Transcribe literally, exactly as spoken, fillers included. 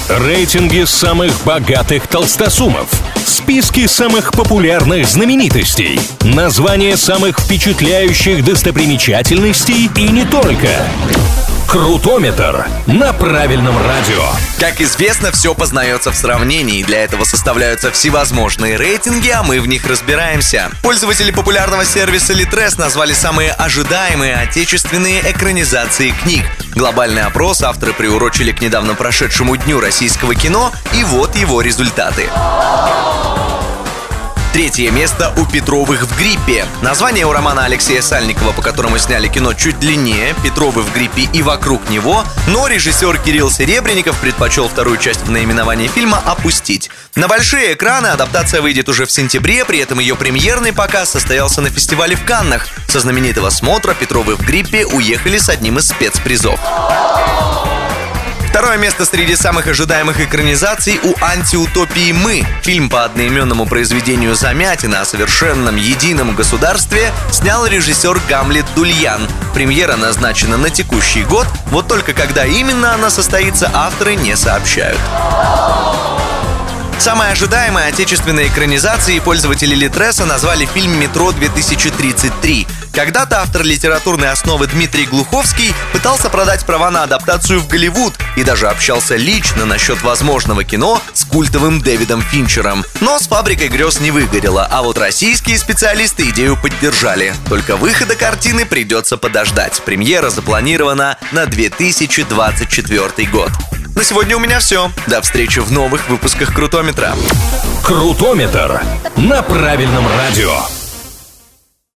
Рейтинги самых богатых толстосумов. Списки самых популярных знаменитостей. Названия самых впечатляющих достопримечательностей и не только. Крутометр на правильном радио. Как известно, все познается в сравнении. Для этого составляются всевозможные рейтинги, а мы в них разбираемся. Пользователи популярного сервиса Litres назвали самые ожидаемые отечественные экранизации книг. Глобальный опрос авторы приурочили к недавно прошедшему Дню российского кино, и вот его результаты. Третье место у Петровых в гриппе. Название у романа Алексея Сальникова, по которому сняли кино, чуть длиннее, Петровы в гриппе и вокруг него, но режиссер Кирилл Серебренников предпочел вторую часть в наименовании фильма опустить. На большие экраны адаптация выйдет уже в сентябре, при этом ее премьерный показ состоялся на фестивале в Каннах. Со знаменитого смотра Петровы в гриппе уехали с одним из спецпризов. Второе место среди самых ожидаемых экранизаций у «Антиутопии мы». Фильм по одноименному произведению Замятина о совершенном едином государстве снял режиссер Гамлет Дульян. Премьера назначена на текущий год, вот только когда именно она состоится, авторы не сообщают. Самой ожидаемой отечественной экранизацией пользователи Литреса назвали фильм «Метро две тысячи тридцать три». Когда-то автор литературной основы Дмитрий Глуховский пытался продать права на адаптацию в Голливуд и даже общался лично насчет возможного кино с культовым Дэвидом Финчером. Но с «Фабрикой грез» не выгорело, а вот российские специалисты идею поддержали. Только выхода картины придется подождать. Премьера запланирована на две тысячи двадцать четвёртый год. На сегодня у меня все. До встречи в новых выпусках Крутометра. Крутометр на правильном радио.